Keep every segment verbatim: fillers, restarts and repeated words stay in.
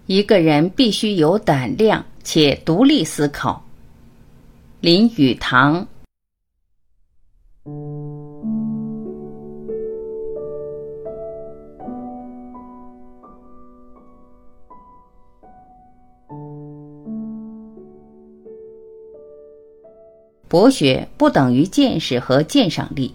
一个人必须有胆量且独立思考。林语堂。博学不等于见识和鉴赏力。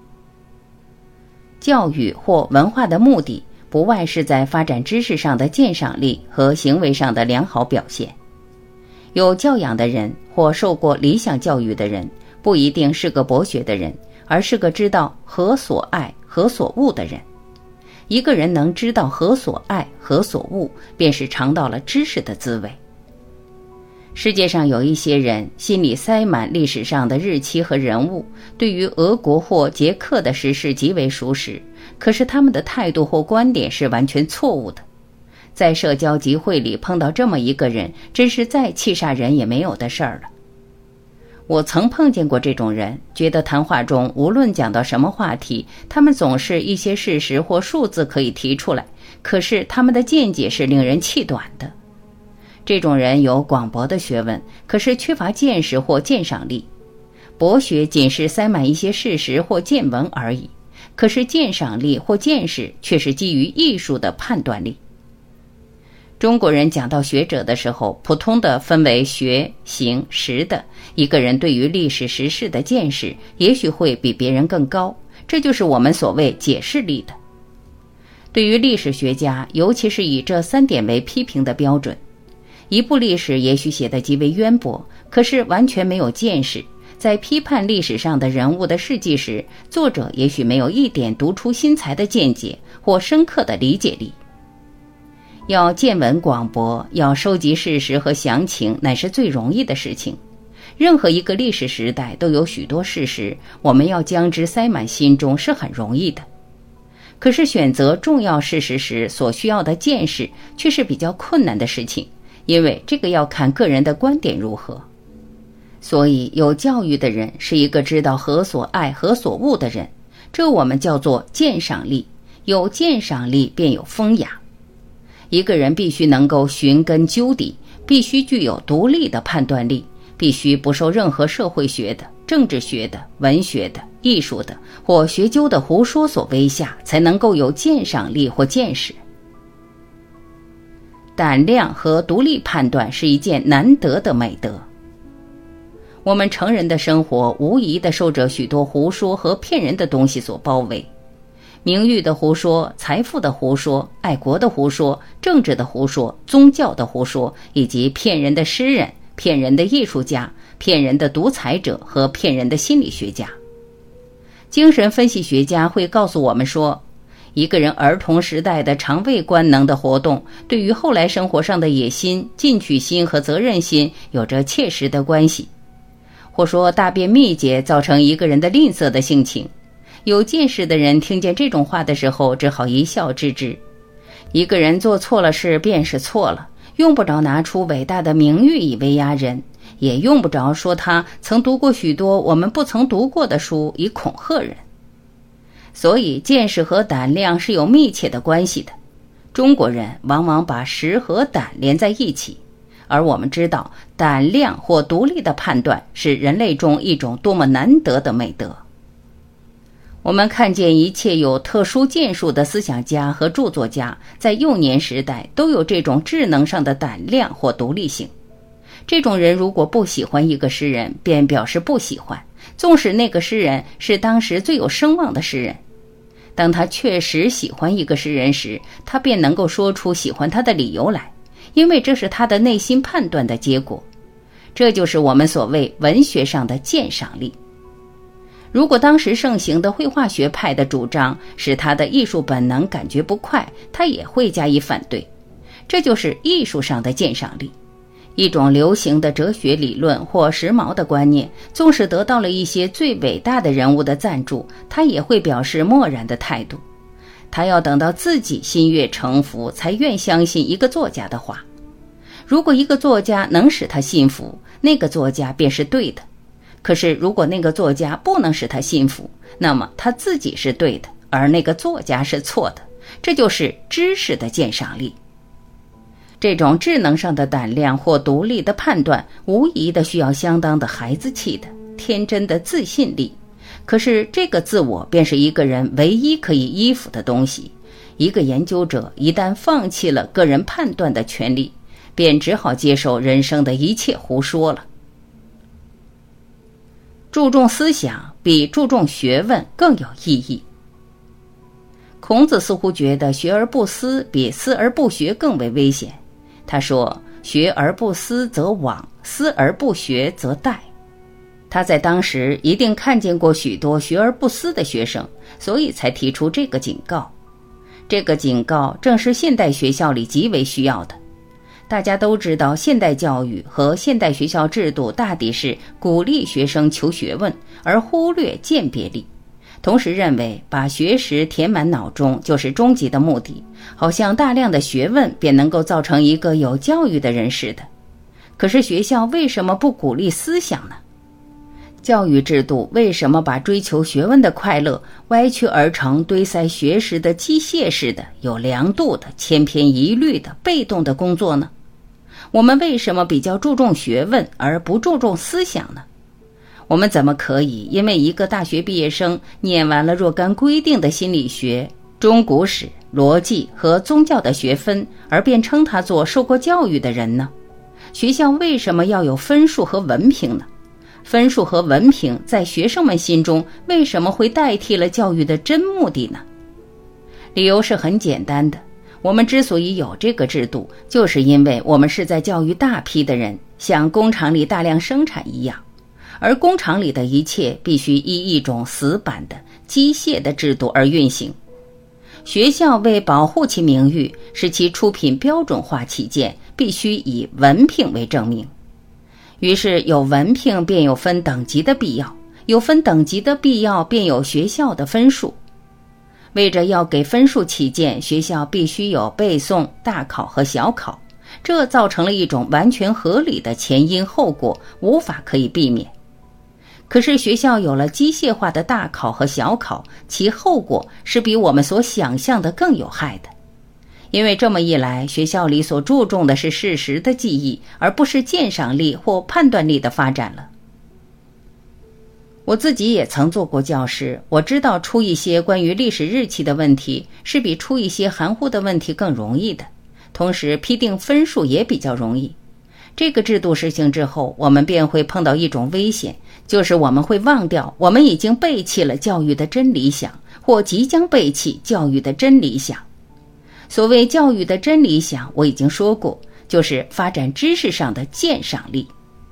教育或文化的目的不外是在发展知识上的鉴赏力和行为上的良好表现。有教养的人或受过理想教育的人，不一定是个博学的人，而是个知道何所爱何所恶的人。一个人能知道何所爱何所恶，便是尝到了知识的滋味。世界上有一些人心里塞满历史上的日期和人物，对于俄国或捷克的时事极为熟识，可是他们的态度或观点是完全错误的。在社交集会里碰到这么一个人，真是再气煞人也没有的事儿了。我曾碰见过这种人，觉得谈话中无论讲到什么话题，他们总是一些事实或数字可以提出来，可是他们的见解是令人气短的。这种人有广博的学问，可是缺乏见识或鉴赏力。博学仅是塞满一些事实或见闻而已，可是鉴赏力或见识却是基于艺术的判断力。中国人讲到学者的时候，普通的分为学、行、识的。一个人对于历史时事的见识，也许会比别人更高，这就是我们所谓解释力的。对于历史学家，尤其是以这三点为批评的标准。一部历史也许写得极为渊博，可是完全没有见识。在批判历史上的人物的事迹时，作者也许没有一点读出心裁的见解或深刻的理解力。要见闻广博，要收集事实和详情，乃是最容易的事情。任何一个历史时代都有许多事实，我们要将之塞满心中是很容易的。可是选择重要事实时所需要的见识，却是比较困难的事情。因为这个要看个人的观点如何。所以有教育的人是一个知道何所爱何所恶的人，这我们叫做鉴赏力。有鉴赏力便有风雅。一个人必须能够寻根究底，必须具有独立的判断力，必须不受任何社会学的、政治学的、文学的、艺术的或学究的胡说所威吓，才能够有鉴赏力或见识。胆量和独立判断是一件难得的美德。我们成人的生活无疑地受着许多胡说和骗人的东西所包围。名誉的胡说、财富的胡说、爱国的胡说、政治的胡说、宗教的胡说，以及骗人的诗人、骗人的艺术家、骗人的独裁者和骗人的心理学家。精神分析学家会告诉我们说，一个人儿童时代的肠胃官能的活动，对于后来生活上的野心、进取心和责任心有着切实的关系。或说大便秘结造成一个人的吝啬的性情。有见识的人听见这种话的时候，只好一笑置之。一个人做错了事便是错了，用不着拿出伟大的名誉以威压人，也用不着说他曾读过许多我们不曾读过的书以恐吓人。所以见识和胆量是有密切的关系的。中国人往往把识和胆连在一起，而我们知道胆量或独立的判断是人类中一种多么难得的美德。我们看见一切有特殊建树的思想家和著作家，在幼年时代都有这种智能上的胆量或独立性。这种人如果不喜欢一个诗人，便表示不喜欢，纵使那个诗人是当时最有声望的诗人。当他确实喜欢一个诗人时，他便能够说出喜欢他的理由来，因为这是他的内心判断的结果。这就是我们所谓文学上的鉴赏力。如果当时盛行的绘画学派的主张使他的艺术本能感觉不快，他也会加以反对。这就是艺术上的鉴赏力。一种流行的哲学理论或时髦的观念，纵使得到了一些最伟大的人物的赞助，他也会表示漠然的态度。他要等到自己心悦诚服，才愿相信一个作家的话。如果一个作家能使他信服，那个作家便是对的。可是如果那个作家不能使他信服，那么他自己是对的，而那个作家是错的。这就是知识的鉴赏力。 这种智能上的胆量或独立的判断，无疑的需要相当的孩子气的、天真的自信力。可是这个自我便是一个人唯一可以依附的东西。一个研究者一旦放弃了个人判断的权利，便只好接受人生的一切胡说了。注重思想比注重学问更有意义。孔子似乎觉得学而不思比思而不学更为危险。他说，学而不思则罔，思而不学则殆。他在当时一定看见过许多学而不思的学生，所以才提出这个警告。这个警告正是现代学校里极为需要的。大家都知道，现代教育和现代学校制度大抵是鼓励学生求学问，而忽略鉴别力，同时认为把学识填满脑中就是终极的目的，好像大量的学问便能够造成一个有教育的人似的。可是学校为什么不鼓励思想呢？教育制度为什么把追求学问的快乐歪曲而成堆塞学识的机械式的、有量度的、千篇一律的、被动的工作呢？我们为什么比较注重学问而不注重思想呢？我们怎么可以因为一个大学毕业生念完了若干规定的心理学、中古史、逻辑和宗教的学分，而便称他做受过教育的人呢？学校为什么要有分数和文凭呢？分数和文凭在学生们心中为什么会代替了教育的真目的呢？理由是很简单的，我们之所以有这个制度，就是因为我们是在教育大批的人，像工厂里大量生产一样，而工厂里的一切必须依一种死板的、机械的制度而运行。学校为保护其名誉，使其出品标准化起见，必须以文凭为证明。于是有文凭便有分等级的必要，有分等级的必要便有学校的分数。为着要给分数起见，学校必须有背诵、大考和小考，这造成了一种完全合理的前因后果，无法可以避免。可是学校有了机械化的大考和小考，其后果是比我们所想象的更有害的。因为这么一来，学校里所注重的是事实的记忆，而不是鉴赏力或判断力的发展了。我自己也曾做过教师，我知道出一些关于历史日期的问题是比出一些含糊的问题更容易的，同时批定分数也比较容易。这个制度实行之后，我们便会碰到一种危险，就是我们会忘掉我们已经背弃了教育的真理想，或即将背弃教育的真理想。所谓教育的真理想，我已经说过，就是发展知识上的鉴赏力。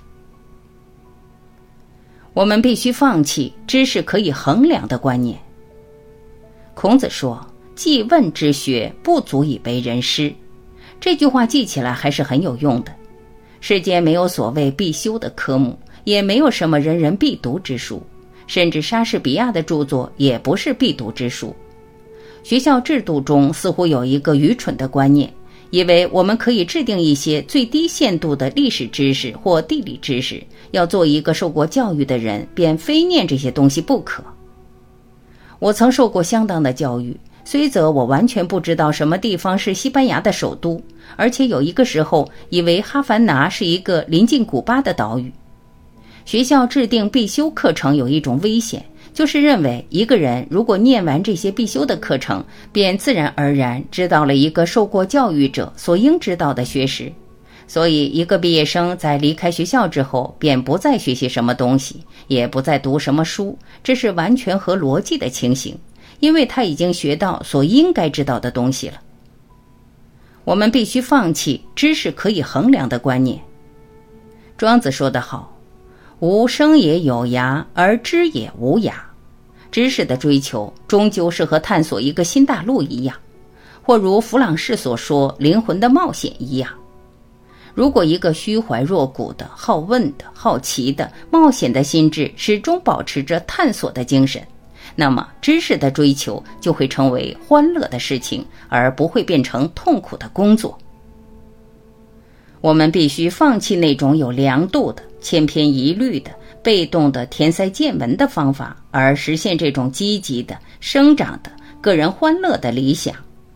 我们必须放弃知识可以衡量的观念。孔子说，记问之学不足以为人师，这句话记起来还是很有用的。世间没有所谓必修的科目，也没有什么人人必读之书，甚至莎士比亚的著作也不是必读之书。学校制度中似乎有一个愚蠢的观念，以为我们可以制定一些最低限度的历史知识或地理知识，要做一个受过教育的人，便非念这些东西不可。我曾受过相当的教育，虽则我完全不知道什么地方是西班牙的首都，而且有一个时候以为哈凡拿是一个临近古巴的岛屿。学校制定必修课程有一种危险，就是认为一个人如果念完这些必修的课程，便自然而然知道了一个受过教育者所应知道的学识。所以一个毕业生在离开学校之后，便不再学习什么东西，也不再读什么书，这是完全合逻辑的情形，因为他已经学到所应该知道的东西了。我们必须放弃知识可以衡量的观念。庄子说得好，吾生也有涯，而知也无涯。知识的追求终究是和探索一个新大陆一样，或如弗朗士所说灵魂的冒险一样。如果一个虚怀若谷的、好问的、好奇的、冒险的心智始终保持着探索的精神，那么知识的追求就会成为欢乐的事情，而不会变成痛苦的工作。我们必须放弃那种有量度的、千篇一律的、被动的填塞见闻的方法，而实现这种积极的、生长的、个人欢乐的理想。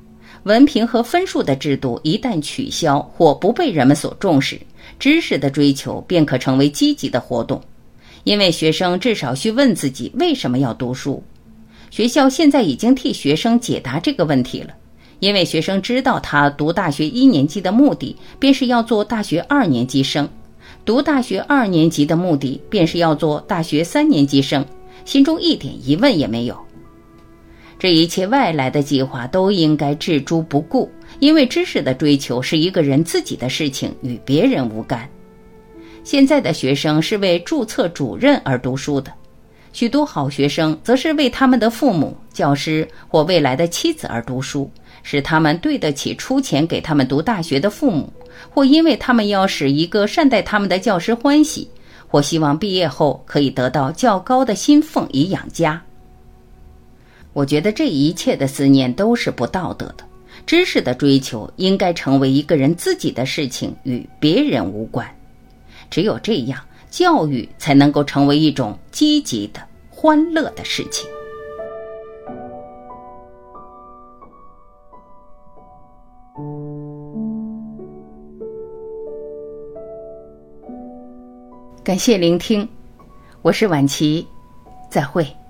文凭和分数的制度一旦取消或不被人们所重视，知识的追求便可成为积极的活动。因为学生至少需问自己为什么要读书。学校现在已经替学生解答这个问题了，因为学生知道他读大学一年级的目的便是要做大学二年级生，读大学二年级的目的便是要做大学三年级生，心中一点疑问也没有。这一切外来的计划都应该置诸不顾，因为知识的追求是一个人自己的事情，与别人无干。现在的学生是为注册主任而读书的，许多好学生则是为他们的父母、教师或未来的妻子而读书，使他们对得起出钱给他们读大学的父母，或因为他们要使一个善待他们的教师欢喜，或希望毕业后可以得到较高的薪俸以养家。我觉得这一切的思念都是不道德的，知识的追求应该成为一个人自己的事情，与别人无关。只有这样，教育才能够成为一种积极的、欢乐的事情。感谢聆听，我是婉琪，再会。